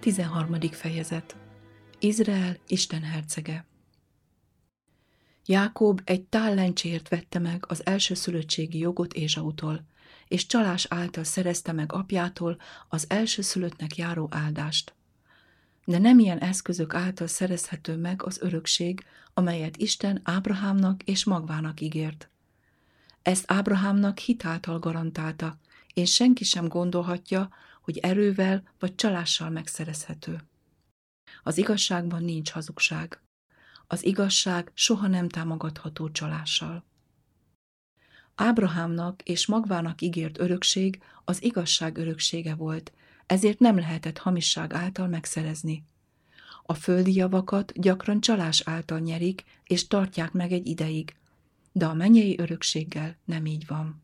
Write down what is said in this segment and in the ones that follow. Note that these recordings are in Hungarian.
13. fejezet. Izrael Isten hercege. Jákob egy tál lencsért vette meg az elsőszülöttségi jogot Ésautól, és csalás által szerezte meg apjától az elsőszülöttnek járó áldást. De nem ilyen eszközök által szerezhető meg az örökség, amelyet Isten Ábrahámnak és magvának ígért. Ezt Ábrahámnak hit által garantálta, és senki sem gondolhatja, hogy erővel vagy csalással megszerezhető. Az igazságban nincs hazugság. Az igazság soha nem támogatható csalással. Ábrahámnak és magvának ígért örökség az igazság öröksége volt, ezért nem lehetett hamisság által megszerezni. A földi javakat gyakran csalás által nyerik és tartják meg egy ideig, de a mennyei örökséggel nem így van.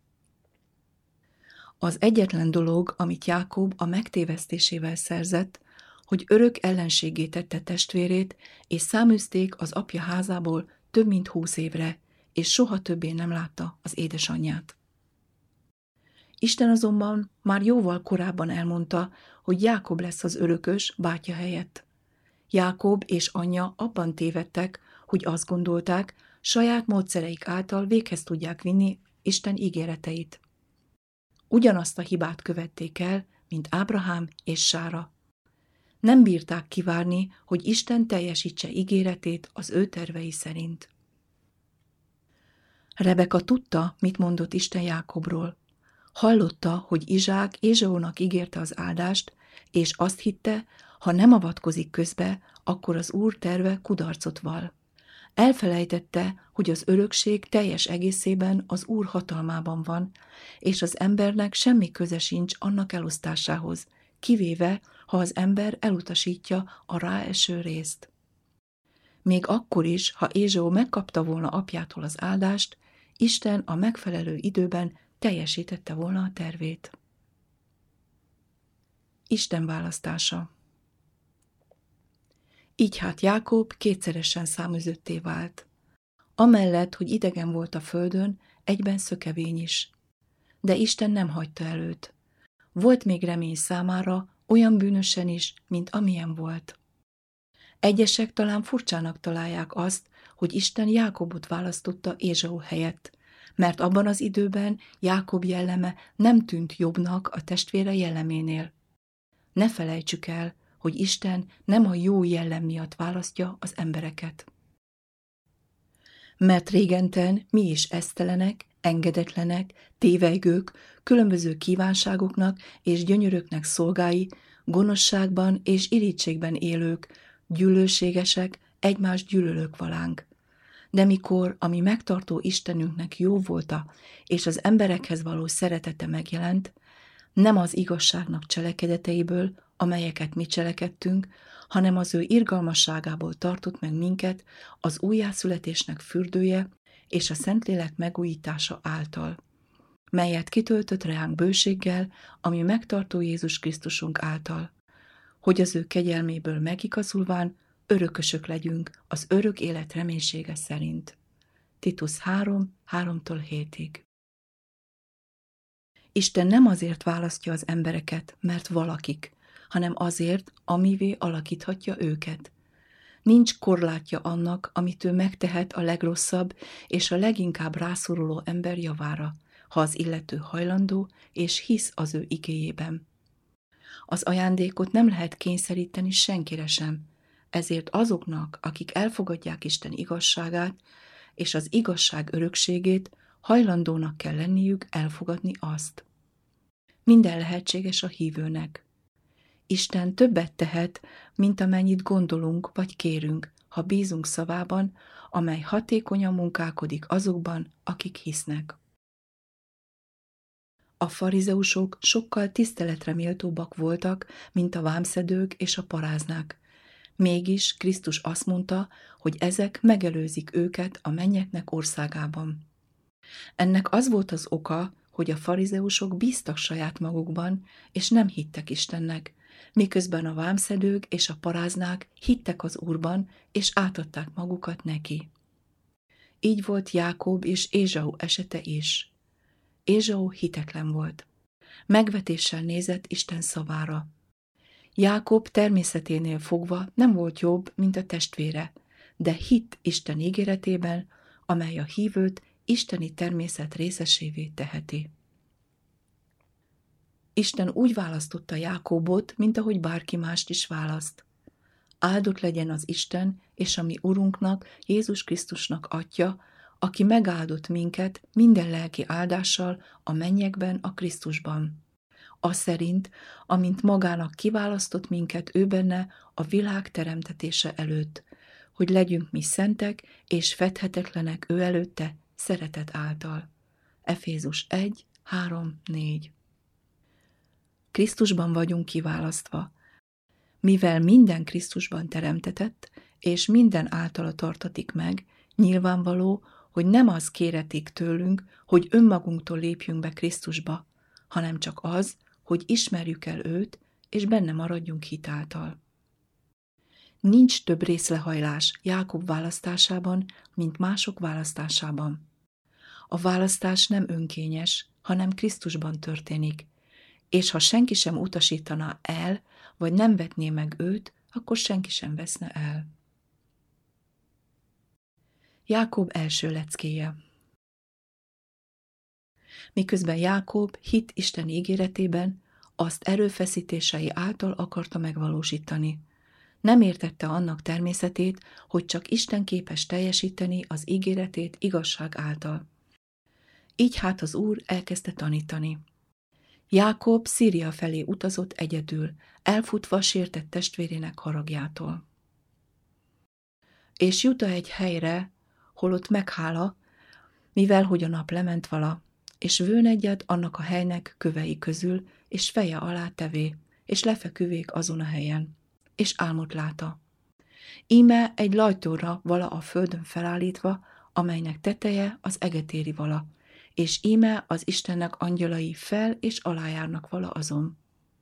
Az egyetlen dolog, amit Jákob a megtévesztésével szerzett, hogy örök ellenséggé tette testvérét, és száműzték az apja házából több mint 20 évre, és soha többé nem látta az édesanyját. Isten azonban már jóval korábban elmondta, hogy Jákob lesz az örökös bátyja helyett. Jákob és anyja abban tévedtek, hogy azt gondolták, saját módszereik által véghez tudják vinni Isten ígéreteit. Ugyanazt a hibát követték el, mint Ábrahám és Sára. Nem bírták kivárni, hogy Isten teljesítse ígéretét az ő tervei szerint. Rebeka tudta, mit mondott Isten Jákobról. Hallotta, hogy Izsák Ézsaúnak ígérte az áldást, és azt hitte, ha nem avatkozik közbe, akkor az Úr terve kudarcot val. Elfelejtette, hogy az örökség teljes egészében az Úr hatalmában van, és az embernek semmi köze sincs annak elosztásához, kivéve, ha az ember elutasítja a ráeső részt. Még akkor is, ha Ézsau megkapta volna apjától az áldást, Isten a megfelelő időben teljesítette volna a tervét. Isten választása. Így hát Jákob kétszeresen száműzötté vált. Amellett, hogy idegen volt a földön, egyben szökevény is. De Isten nem hagyta el őt. Volt még remény számára, olyan bűnösen is, mint amilyen volt. Egyesek talán furcsának találják azt, hogy Isten Jákobot választotta Ézsau helyett, mert abban az időben Jákob jelleme nem tűnt jobbnak a testvére jelleménél. Ne felejtsük el, hogy Isten nem a jó jellem miatt választja az embereket. Mert régenten mi is esztelenek, engedetlenek, tévejgők, különböző kívánságoknak és gyönyöröknek szolgái, gonoszságban és irítségben élők, gyűlölségesek, egymást gyűlölők valánk. De mikor, ami megtartó Istenünknek jó volta, és az emberekhez való szeretete megjelent, nem az igazságnak cselekedeteiből, amelyeket mi cselekedtünk, hanem az ő irgalmasságából tartott meg minket az újjászületésnek fürdője és a Szentlélek megújítása által, melyet kitöltött reánk bőséggel, ami megtartó Jézus Krisztusunk által, hogy az ő kegyelméből megigazulván örökösök legyünk az örök élet reménysége szerint. Titus 3, 3-7. Isten nem azért választja az embereket, mert valakik, hanem azért, amivé alakíthatja őket. Nincs korlátja annak, amit ő megtehet a legrosszabb és a leginkább rászoruló ember javára, ha az illető hajlandó és hisz az ő igéjében. Az ajándékot nem lehet kényszeríteni senkire sem, ezért azoknak, akik elfogadják Isten igazságát és az igazság örökségét, hajlandónak kell lenniük elfogadni azt. Minden lehetséges a hívőnek. Isten többet tehet, mint amennyit gondolunk vagy kérünk, ha bízunk szavában, amely hatékonyan munkálkodik azokban, akik hisznek. A farizeusok sokkal tiszteletre méltóbbak voltak, mint a vámszedők és a paráznák. Mégis Krisztus azt mondta, hogy ezek megelőzik őket a mennyeknek országában. Ennek az volt az oka, hogy a farizeusok bíztak saját magukban, és nem hittek Istennek, miközben a vámszedők és a paráznák hittek az Úrban, és átadták magukat neki. Így volt Jákob és Ézsau esete is. Ézsau hitetlen volt. Megvetéssel nézett Isten szavára. Jákob természeténél fogva nem volt jobb, mint a testvére, de hitt Isten ígéretében, amely a hívőt isteni természet részesévé teheti. Isten úgy választotta Jákobot, mint ahogy bárki mást is választ. Áldott legyen az Isten és a mi Urunknak, Jézus Krisztusnak Atya, aki megáldott minket minden lelki áldással a mennyekben a Krisztusban. Az szerint, amint magának kiválasztott minket ő benne a világ teremtetése előtt, hogy legyünk mi szentek és fedhetetlenek ő előtte szeretet által. Efézus 1, 3, 4. Krisztusban vagyunk kiválasztva, mivel minden Krisztusban teremtetett, és minden általa tartatik meg, nyilvánvaló, hogy nem az kéretik tőlünk, hogy önmagunktól lépjünk be Krisztusba, hanem csak az, hogy ismerjük el őt, és benne maradjunk hitáltal. Nincs több részlehajlás Jákob választásában, mint mások választásában. A választás nem önkényes, hanem Krisztusban történik, és ha senki sem utasítana el, vagy nem vetné meg őt, akkor senki sem veszne el. Jákob első leckéje. Miközben Jákob hitt Isten ígéretében, azt erőfeszítései által akarta megvalósítani. Nem értette annak természetét, hogy csak Isten képes teljesíteni az ígéretét igazság által. Így hát az Úr elkezdte tanítani. Jákob Szíria felé utazott egyedül, elfutva sértett testvérének haragjától. És jut egy helyre, holott meghála, mivel hogy a nap lement vala, és vőn egyet annak a helynek kövei közül, és feje alá tevé, és lefeküvék azon a helyen, és álmot láta. Íme egy lajtóra vala a földön felállítva, amelynek teteje az eget éri vala, és íme az Istennek angyalai fel és alájárnak vala azon.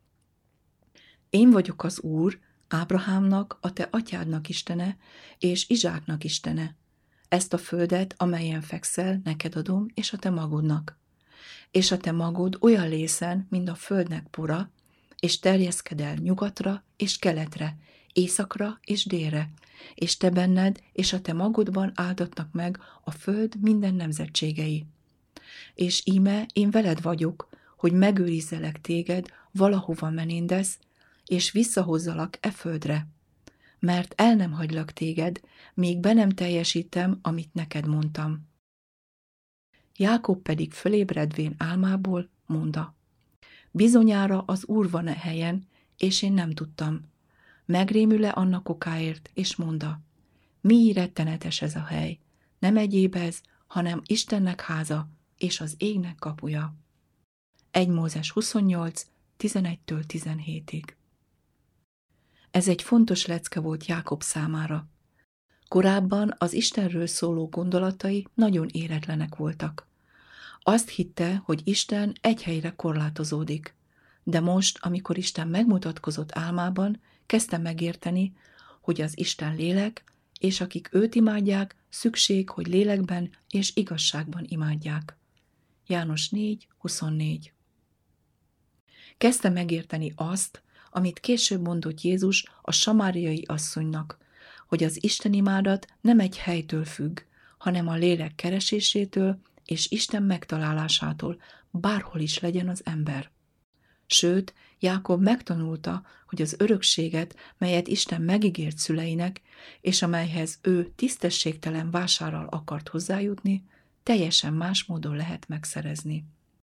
Én vagyok az Úr, Ábrahámnak, a te atyádnak Istene, és Izsáknak Istene. Ezt a földet, amelyen fekszel, neked adom, és a te magodnak. És a te magod olyan lészen, mint a földnek pora, és terjeszked el nyugatra és keletre, északra és délre, és te benned és a te magodban áldatnak meg a föld minden nemzetségei. És íme én veled vagyok, hogy megőrizzelek téged, valahova menéndesz, és visszahozzalak e földre, mert el nem hagylak téged, míg be nem teljesítem, amit neked mondtam. Jákob pedig fölébredvén álmából mondta: bizonyára az Úr van e helyen, és én nem tudtam. Megrémül-e annak okáért, és mondta: mi rettenetes ez a hely, nem egyéb ez, hanem Istennek háza, és az égnek kapuja. 1 Mózes 28, 11-től 17-ig. Ez egy fontos lecke volt Jákob számára. Korábban az Istenről szóló gondolatai nagyon éretlenek voltak. Azt hitte, hogy Isten egy helyre korlátozódik, de most, amikor Isten megmutatkozott álmában, kezdte megérteni, hogy az Isten lélek, és akik őt imádják, szükség, hogy lélekben és igazságban imádják. János 4, 24. Kezdte megérteni azt, amit később mondott Jézus a samáriai asszonynak, hogy az istenimádat nem egy helytől függ, hanem a lélek keresésétől és Isten megtalálásától, bárhol is legyen az ember. Sőt, Jákob megtanulta, hogy az örökséget, melyet Isten megígért szüleinek, és amelyhez ő tisztességtelen vásárral akart hozzájutni, teljesen más módon lehet megszerezni.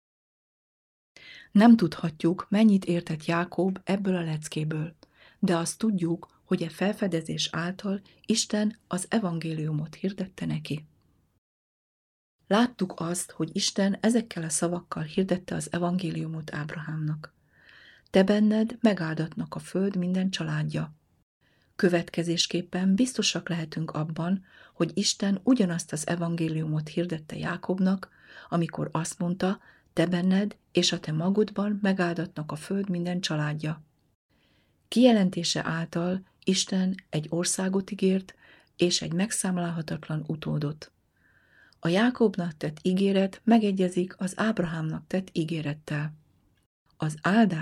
Nem tudhatjuk, mennyit értett Jákob ebből a leckéből, de azt tudjuk, hogy e felfedezés által Isten az evangéliumot hirdette neki. Láttuk azt, hogy Isten ezekkel a szavakkal hirdette az evangéliumot Ábrahámnak. Te benned megáldatnak a föld minden családja. Következésképpen biztosak lehetünk abban, hogy Isten ugyanazt az evangéliumot hirdette Jákobnak, amikor azt mondta, te benned és a te magodban megáldatnak a föld minden családja. Kijelentése által Isten egy országot ígért, és egy megszámlálhatatlan utódot. A Jákobnak tett ígéret megegyezik az Ábrahámnak tett ígérettel. Az áldás,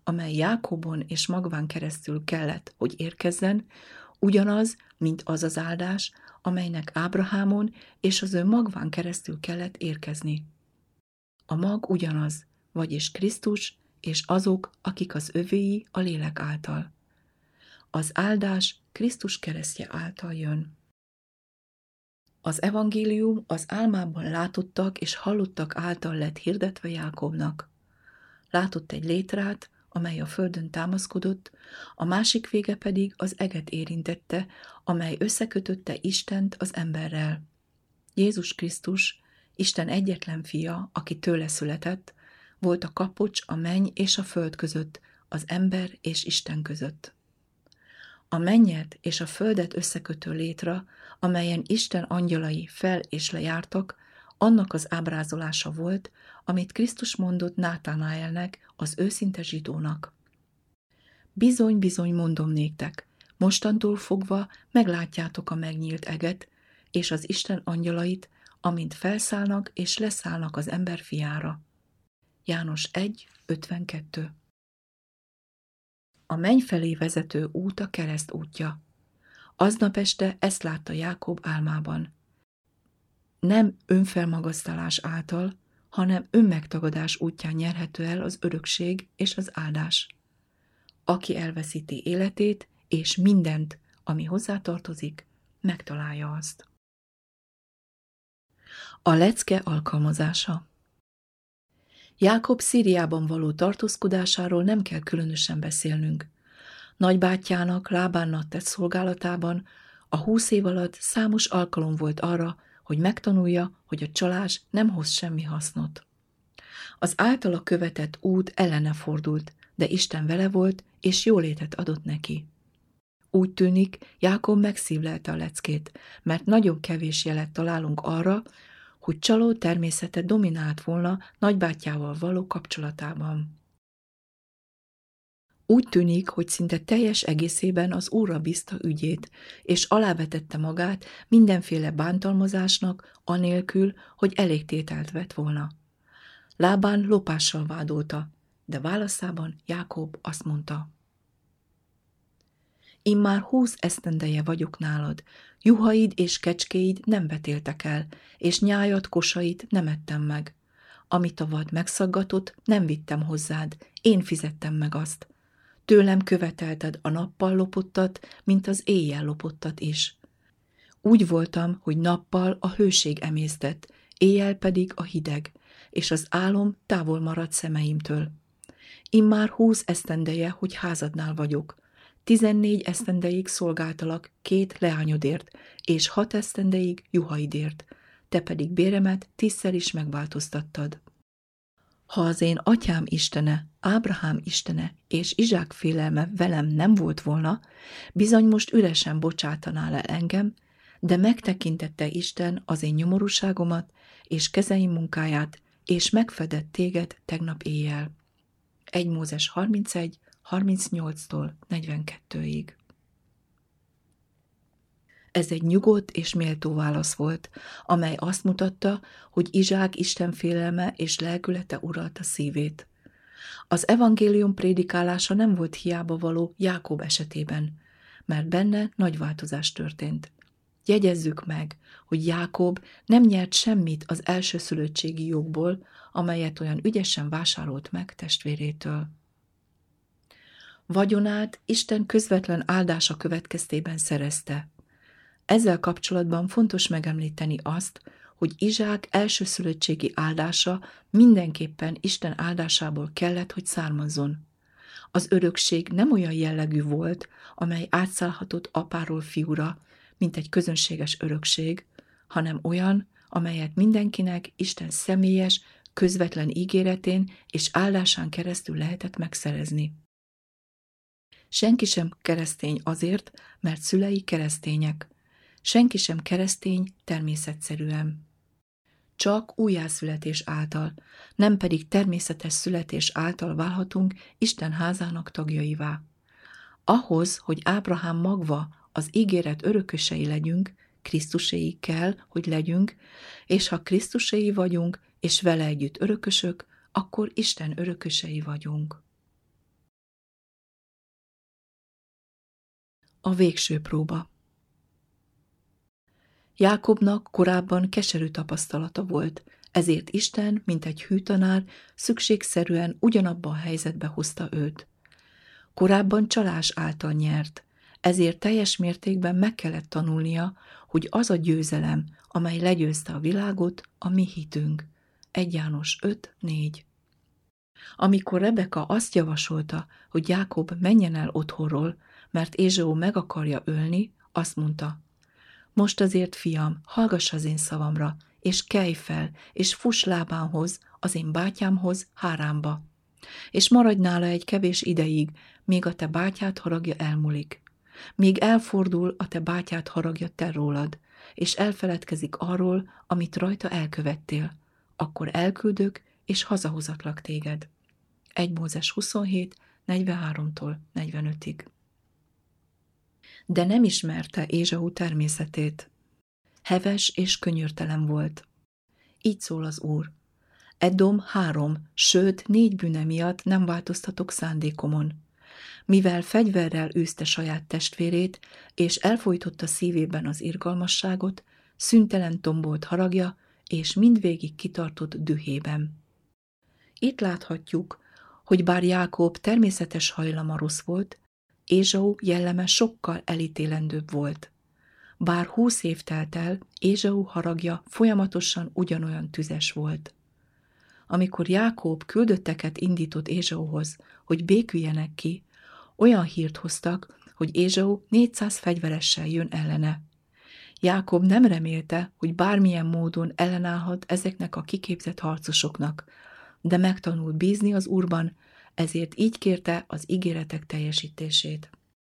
amely Jákobon és magván keresztül kellett, hogy érkezzen, ugyanaz, mint az az áldás, amelynek Ábrahámon és az ő magván keresztül kellett érkezni. A mag ugyanaz, vagyis Krisztus és azok, akik az övéi a lélek által. Az áldás Krisztus keresztje által jön. Az evangélium az álmában látottak és hallottak által lett hirdetve Jákobnak. Látott egy létrát, amely a földön támaszkodott, a másik vége pedig az eget érintette, amely összekötötte Istent az emberrel. Jézus Krisztus, Isten egyetlen fia, aki tőle született, volt a kapocs a menny és a föld között, az ember és Isten között. A mennyet és a földet összekötő létra, amelyen Isten angyalai fel és lejártak, annak az ábrázolása volt, amit Krisztus mondott Nátánaelnek, az őszinte zsidónak. Bizony, bizony mondom néktek, mostantól fogva meglátjátok a megnyílt eget, és az Isten angyalait, amint felszállnak és leszállnak az ember fiára. János 1:52. A menny felé vezető út a kereszt útja. Aznap este ezt látta Jákob álmában. Nem önfelmagasztalás által, hanem önmegtagadás útján nyerhető el az örökség és az áldás. Aki elveszíti életét és mindent, ami hozzátartozik, megtalálja azt. A lecke alkalmazása. Jákob Szíriában való tartózkodásáról nem kell különösen beszélnünk. Nagybátyjának, Lábánnak tett szolgálatában a 20 év alatt számos alkalom volt arra, hogy megtanulja, hogy a csalás nem hoz semmi hasznot. Az általa követett út ellene fordult, de Isten vele volt, és jólétet adott neki. Úgy tűnik, Jákob megszívlelte a leckét, mert nagyon kevés jelet találunk arra, hogy csaló természete dominált volna nagybátyjával való kapcsolatában. Úgy tűnik, hogy szinte teljes egészében az Úrra bízta ügyét, és alávetette magát mindenféle bántalmazásnak, anélkül, hogy elégtételt vett volna. Lábán lopással vádolta, de válaszában Jákob azt mondta: Immár 20 esztendeje vagyok nálad, juhaid és kecskéid nem vetéltek el, és nyájad, kosait nem ettem meg. Amit a vad megszaggatott, nem vittem hozzád, én fizettem meg azt. Tőlem követelted a nappal lopottat, mint az éjjel lopottat is. Úgy voltam, hogy nappal a hőség emésztett, éjjel pedig a hideg, és az álom távol maradt szemeimtől. Immár 20 esztendeje, hogy házadnál vagyok. 14 esztendeig szolgáltalak 2 leányodért, és 6 esztendeig juhaidért, te pedig béremet 10-szer is megváltoztattad. Ha az én atyám Istene, Ábrahám Istene és Izsák félelme velem nem volt volna, bizony most üresen bocsátanál el engem, de megtekintette Isten az én nyomorúságomat és kezeim munkáját, és megfedett téged tegnap éjjel. 1 Mózes 31, 38-tól 42-ig. Ez egy nyugodt és méltó válasz volt, amely azt mutatta, hogy Izsák Isten félelme és lelkülete uralta szívét. Az evangélium prédikálása nem volt hiába való Jákob esetében, mert benne nagy változás történt. Jegyezzük meg, hogy Jákob nem nyert semmit az elsőszülöttségi jogból, amelyet olyan ügyesen vásárolt meg testvérétől. Vagyonát Isten közvetlen áldása következtében szerezte. Ezzel kapcsolatban fontos megemlíteni azt, hogy Izsák elsőszülöttségi áldása mindenképpen Isten áldásából kellett, hogy származzon. Az örökség nem olyan jellegű volt, amely átszállhatott apáról fiúra, mint egy közönséges örökség, hanem olyan, amelyet mindenkinek Isten személyes, közvetlen ígéretén és áldásán keresztül lehetett megszerezni. Senki sem keresztény azért, mert szülei keresztények. Senki sem keresztény természetszerűen. Csak újjászületés által, nem pedig természetes születés által válhatunk Isten házának tagjaivá. Ahhoz, hogy Ábrahám magva az ígéret örökösei legyünk, Krisztuséi kell, hogy legyünk, és ha Krisztuséi vagyunk, és vele együtt örökösök, akkor Isten örökösei vagyunk. A végső próba. Jákobnak korábban keserű tapasztalata volt, ezért Isten, mint egy hű tanár, szükségszerűen ugyanabba a helyzetbe hozta őt. Korábban csalás által nyert, ezért teljes mértékben meg kellett tanulnia, hogy az a győzelem, amely legyőzte a világot, a mi hitünk. 1 János 5:4. Amikor Rebeka azt javasolta, hogy Jákob menjen el otthonról, mert Ézsau meg akarja ölni, azt mondta: most azért, fiam, hallgass az én szavamra, és kelj fel, és fuss Lábánhoz, az én bátyámhoz, Háránba. És maradj nála egy kevés ideig, míg a te bátyád haragja elmúlik. Míg elfordul a te bátyád haragja te rólad, és elfeledkezik arról, amit rajta elkövettél. Akkor elküldök, és hazahozatlak téged. 1 Mózes 27, 43-tól 45-ig. De nem ismerte Ézsau természetét. Heves és könyörtelen volt. Így szól az Úr: Edom 3, sőt 4 bűne miatt nem változtatok szándékomon. Mivel fegyverrel űzte saját testvérét, és elfojtotta szívében az irgalmasságot, szüntelen tombolt haragja, és mindvégig kitartott dühében. Itt láthatjuk, hogy bár Jákob természetes hajlama rossz volt, Ézsau jelleme sokkal elítélendőbb volt. Bár 20 év telt el, Ézsau haragja folyamatosan ugyanolyan tüzes volt. Amikor Jákob küldötteket indított Ézsauhoz, hogy béküljenek ki, olyan hírt hoztak, hogy Ézsau 400 fegyveressel jön ellene. Jákob nem remélte, hogy bármilyen módon ellenállhat ezeknek a kiképzett harcosoknak, de megtanult bízni az Úrban, ezért így kérte az ígéretek teljesítését.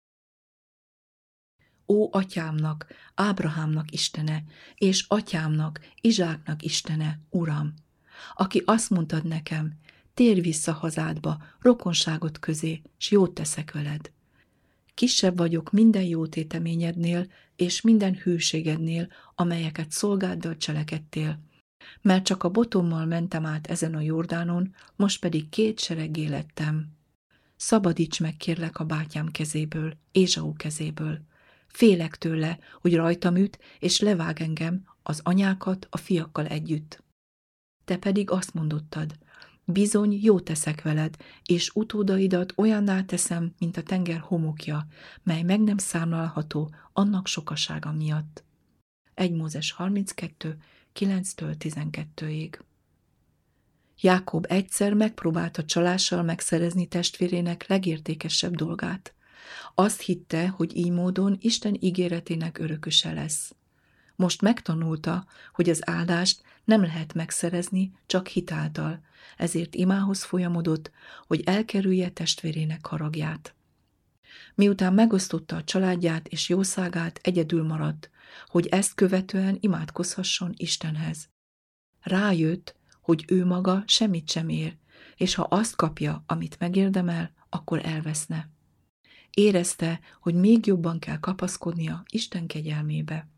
Ó, atyámnak, Ábrahámnak Istene, és atyámnak, Izsáknak Istene, Uram, aki azt mondtad nekem: térj vissza hazádba, rokonságot közé, s jót teszek veled. Kisebb vagyok minden jó téteményednél, és minden hűségednél, amelyeket szolgáddal cselekedtél, mert csak a botommal mentem át ezen a Jordánon, most pedig 2 sereggé lettem. Szabadíts meg, kérlek, a bátyám kezéből, Ézsau kezéből. Félek tőle, hogy rajtam üt, és levág engem, az anyákat a fiakkal együtt. Te pedig azt mondottad: bizony, jót teszek veled, és utódaidat olyanná teszem, mint a tenger homokja, mely meg nem számlálható annak sokasága miatt. 1 Mózes 32, 9-től 12-ig. Jákob egyszer megpróbálta csalással megszerezni testvérének legértékesebb dolgát. Azt hitte, hogy így módon Isten ígéretének örököse lesz. Most megtanulta, hogy az áldást nem lehet megszerezni, csak hit által, ezért imához folyamodott, hogy elkerülje testvérének haragját. Miután megosztotta a családját és jószágát, egyedül maradt, hogy ezt követően imádkozhasson Istenhez. Rájött, hogy ő maga semmit sem ér, és ha azt kapja, amit megérdemel, akkor elveszne. Érezte, hogy még jobban kell kapaszkodnia Isten kegyelmébe.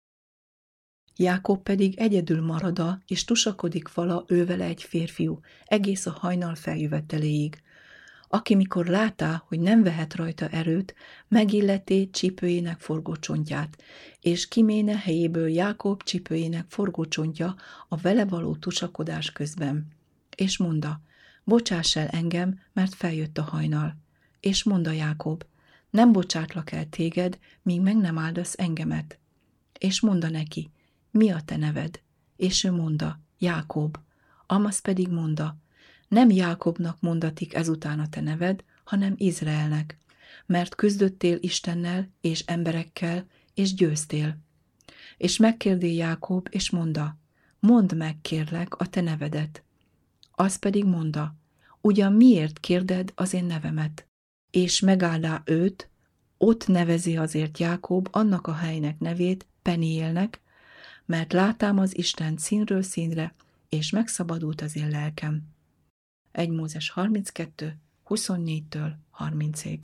Jákob pedig egyedül marad, és tusakodik vala ővele egy férfiú, egész a hajnal feljöveteléig, aki mikor látá, hogy nem vehet rajta erőt, megilleté csípőjének forgócsontját, és kiméne helyéből Jákob csípőjének forgócsontja a vele való tusakodás közben. És mondta: bocsáss el engem, mert feljött a hajnal. És mondta Jákob: nem bocsátlak el téged, míg meg nem áldasz engemet. És mondta neki: mi a te neved? És ő mondta: Jákob. Amaz pedig mondta: nem Jákobnak mondatik ezután a te neved, hanem Izraelnek, mert küzdöttél Istennel és emberekkel, és győztél. És megkérdé Jákob, és mondta: mondd meg, kérlek, a te nevedet. Az pedig mondta: ugyan miért kérded az én nevemet? És megállá őt, ott nevezi azért Jákob annak a helynek nevét Peniélnek, mert látám az Isten színről színre, és megszabadult az én lelkem. 1 Mózes 32, 24-től 30-ig.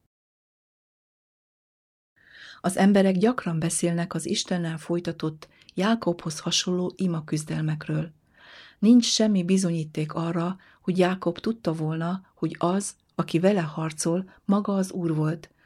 Az emberek gyakran beszélnek az Istennel folytatott, Jákobhoz hasonló imaküzdelmekről. Nincs semmi bizonyíték arra, hogy Jákob tudta volna, hogy az, aki vele harcol, maga az Úr volt,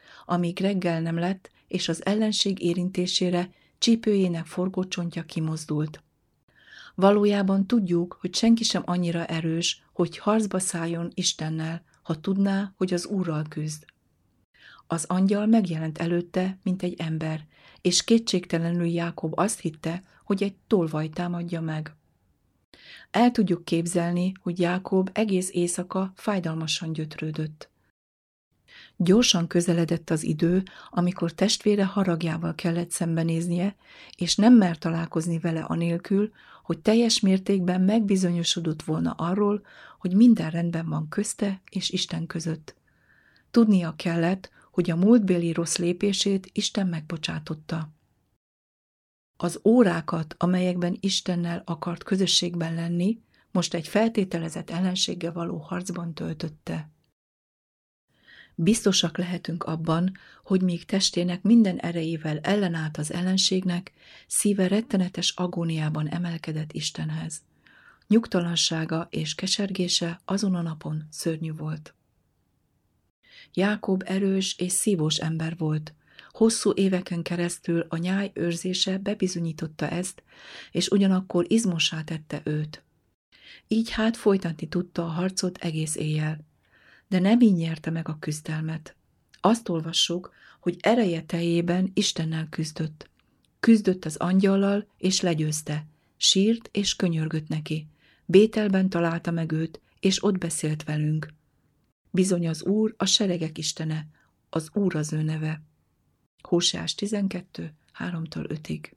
amíg reggel nem lett, és az ellenség érintésére csípőjének forgócsontja kimozdult. Valójában tudjuk, hogy senki sem annyira erős, hogy harcba szálljon Istennel, ha tudná, hogy az Úrral küzd. Az angyal megjelent előtte, mint egy ember, és kétségtelenül Jákob azt hitte, hogy egy tolvaj támadja meg. El tudjuk képzelni, hogy Jákob egész éjszaka fájdalmasan gyötrődött. Gyorsan közeledett az idő, amikor testvére haragjával kellett szembenéznie, és nem mert találkozni vele anélkül, hogy teljes mértékben megbizonyosodott volna arról, hogy minden rendben van közte és Isten között. Tudnia kellett, hogy a múltbéli rossz lépését Isten megbocsátotta. Az órákat, amelyekben Istennel akart közösségben lenni, most egy feltételezett ellenséggel való harcban töltötte. Biztosak lehetünk abban, hogy míg testének minden erejével ellenállt az ellenségnek, szíve rettenetes agóniában emelkedett Istenhez. Nyugtalansága és kesergése azon a napon szörnyű volt. Jákob erős és szívós ember volt. Hosszú éveken keresztül a nyáj őrzése bebizonyította ezt, és ugyanakkor izmossá tette őt. Így hát folytatni tudta a harcot egész éjjel. De nem így nyerte meg a küzdelmet. Azt olvassuk, hogy ereje teljében Istennel küzdött. Küzdött az angyallal, és legyőzte. Sírt és könyörgött neki. Bételben találta meg őt, és ott beszélt velünk. Bizony az Úr a seregek istene, az Úr az ő neve. Hóseás 12, 3-5.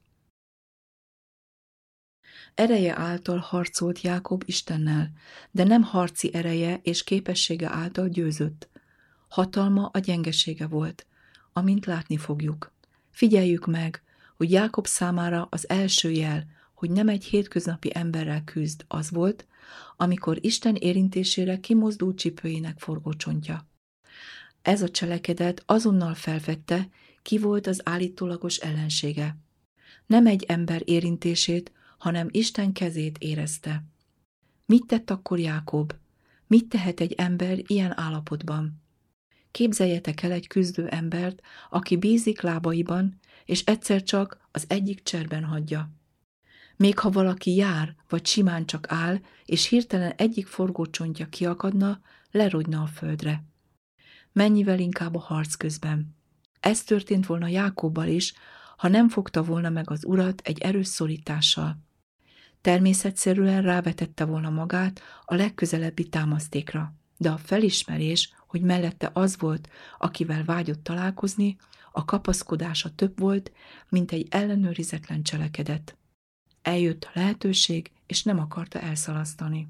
Ereje által harcolt Jákob Istennel, de nem harci ereje és képessége által győzött. Hatalma a gyengesége volt, amint látni fogjuk. Figyeljük meg, hogy Jákob számára az első jel, hogy nem egy hétköznapi emberrel küzd, az volt, amikor Isten érintésére kimozdult csípőjének forgócsontja. Ez a cselekedet azonnal felvette, ki volt az állítólagos ellensége. Nem egy ember érintését, hanem Isten kezét érezte. Mit tett akkor Jákob? Mit tehet egy ember ilyen állapotban? Képzeljetek el egy küzdő embert, aki bízik lábaiban, és egyszer csak az egyik cserben hagyja. Még ha valaki jár, vagy simán csak áll, és hirtelen egyik forgócsontja kiakadna, lerogyna a földre. Mennyivel inkább a harc közben. Ez történt volna Jákobbal is, ha nem fogta volna meg az Urat egy erős szorítással. Természetszerűen rávetette volna magát a legközelebbi támasztékra, de a felismerés, hogy mellette az volt, akivel vágyott találkozni, a kapaszkodása több volt, mint egy ellenőrizetlen cselekedet. Eljött a lehetőség, és nem akarta elszalasztani.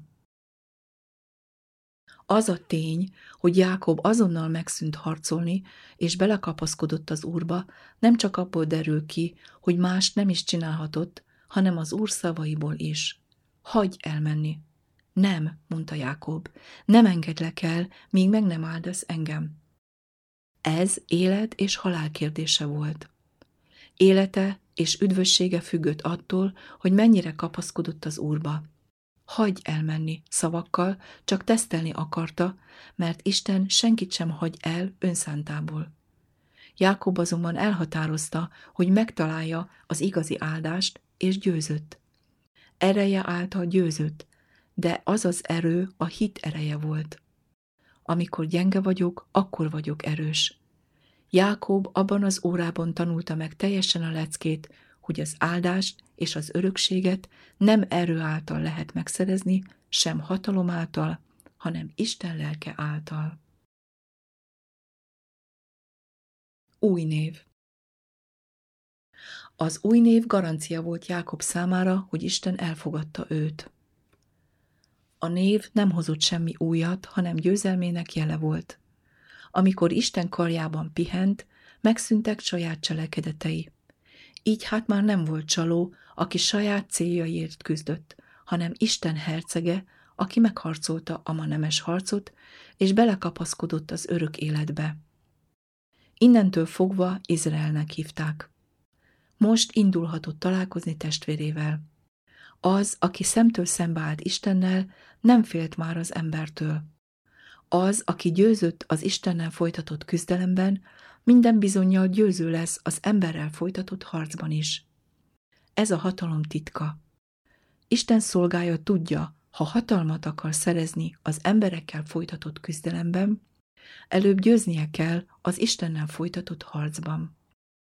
Az a tény, hogy Jákob azonnal megszűnt harcolni, és belekapaszkodott az Úrba, nem csak abból derül ki, hogy más nem is csinálhatott, hanem az Úr szavaiból is. Hagyj elmenni. Nem, mondta Jákob, nem engedlek el, míg meg nem áldasz engem. Ez élet és halál kérdése volt. Élete és üdvössége függött attól, hogy mennyire kapaszkodott az Úrba. Hagyj elmenni szavakkal, csak tesztelni akarta, mert Isten senkit sem hagy el önszántából. Jákob azonban elhatározta, hogy megtalálja az igazi áldást, és győzött. Ereje által győzött, de az az erő a hit ereje volt. Amikor gyenge vagyok, akkor vagyok erős. Jákob abban az órában tanulta meg teljesen a leckét, hogy az áldást és az örökséget nem erő által lehet megszerezni, sem hatalom által, hanem Isten lelke által. Új név. Az új név garancia volt Jákob számára, hogy Isten elfogadta őt. A név nem hozott semmi újat, hanem győzelmének jele volt. Amikor Isten karjában pihent, megszűntek saját cselekedetei. Így hát már nem volt csaló, aki saját céljaiért küzdött, hanem Isten hercege, aki megharcolta a ma nemes harcot, és belekapaszkodott az örök életbe. Innentől fogva Izraelnek hívták. Most indulhatott találkozni testvérével. Az, aki szemtől szembe állt Istennel, nem félt már az embertől. Az, aki győzött az Istennel folytatott küzdelemben, minden bizonnyal győző lesz az emberrel folytatott harcban is. Ez a hatalom titka. Isten szolgája tudja, ha hatalmat akar szerezni az emberekkel folytatott küzdelemben, előbb győznie kell az Istennel folytatott harcban.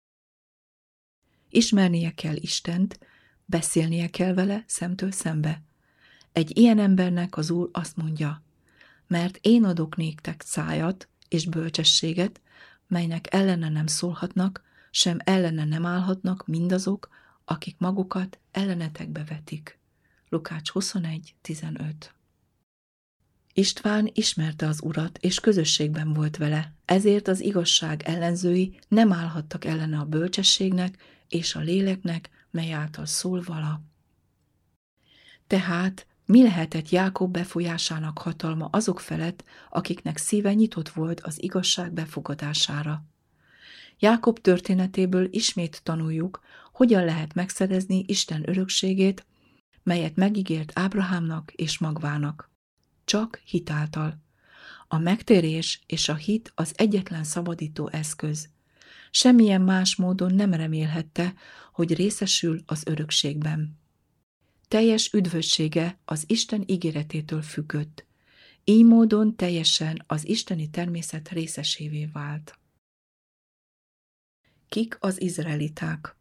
Ismernie kell Istent, beszélnie kell vele szemtől szembe. Egy ilyen embernek az Úr azt mondja, mert én adok néktek szájat és bölcsességet, melynek ellene nem szólhatnak, sem ellene nem állhatnak mindazok, akik magukat ellenetekbe vetik. Lukács 21.15. István ismerte az Urat, és közösségben volt vele, ezért az igazság ellenzői nem állhattak ellene a bölcsességnek és a léleknek, mely által szól vala. Tehát mi lehetett Jákob befolyásának hatalma azok felett, akiknek szíve nyitott volt az igazság befogadására? Jákob történetéből ismét tanuljuk, hogyan lehet megszerezni Isten örökségét, melyet megígért Ábrahámnak és magvának. Csak hit által. A megtérés és a hit az egyetlen szabadító eszköz. Semmilyen más módon nem remélhette, hogy részesül az örökségben. Teljes üdvössége az Isten ígéretétől függött. Így módon teljesen az isteni természet részesévé vált. Kik az izraeliták?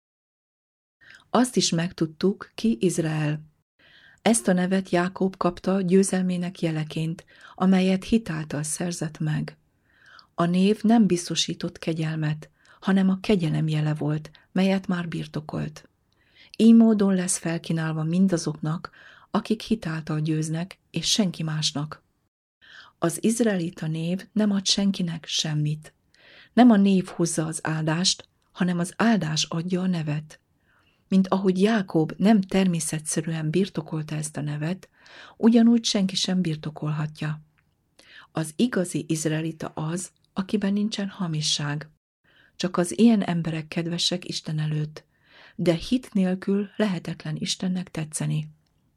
Azt is megtudtuk, ki Izrael. Ezt a nevet Jákob kapta győzelmének jeleként, amelyet hit által szerzett meg. A név nem biztosított kegyelmet, hanem a kegyelem jele volt, melyet már birtokolt. Így módon lesz felkínálva mindazoknak, akik hit által győznek, és senki másnak. Az izraelita név nem ad senkinek semmit. Nem a név hozza az áldást, hanem az áldás adja a nevet. Mint ahogy Jákob nem természetszerűen birtokolta ezt a nevet, ugyanúgy senki sem birtokolhatja. Az igazi izraelita az, akiben nincsen hamisság. Csak az ilyen emberek kedvesek Isten előtt, de hit nélkül lehetetlen Istennek tetszeni.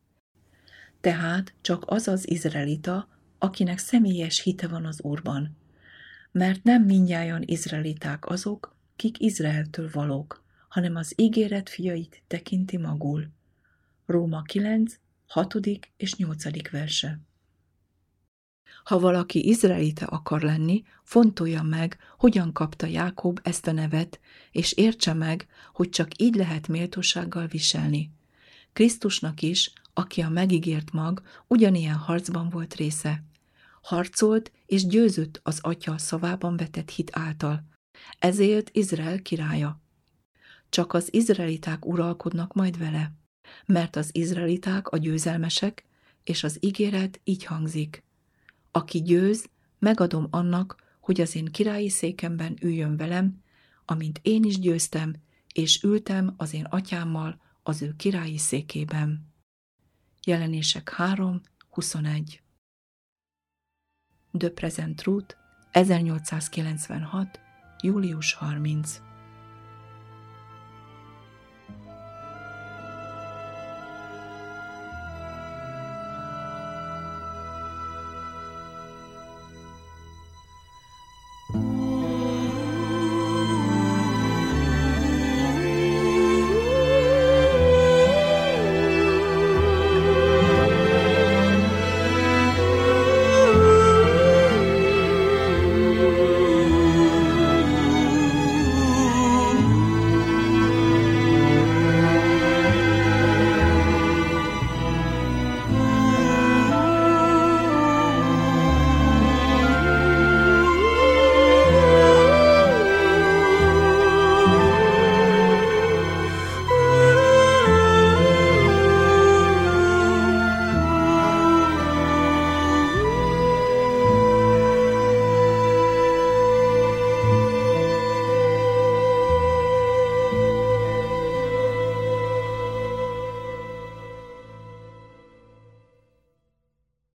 Tehát csak az az izraelita, akinek személyes hite van az Úrban, mert nem mindnyájan izraeliták azok, kik Izraeltől valók, hanem az ígéret fiait tekinti magul. Róma 9, 6. és 8. verse. Ha valaki izraelita akar lenni, fontolja meg, hogyan kapta Jákob ezt a nevet, és értse meg, hogy csak így lehet méltósággal viselni. Krisztusnak is, aki a megígért mag, ugyanilyen harcban volt része. Harcolt és győzött az Atya szavában vetett hit által. Ezért Izrael királya. Csak az izraeliták uralkodnak majd vele, mert az izraeliták a győzelmesek, és az ígéret így hangzik. Aki győz, megadom annak, hogy az én királyi székemben üljön velem, amint én is győztem, és ültem az én atyámmal az ő királyi székében. Jelenések 3:21. De Present Truth, 1896. július 30.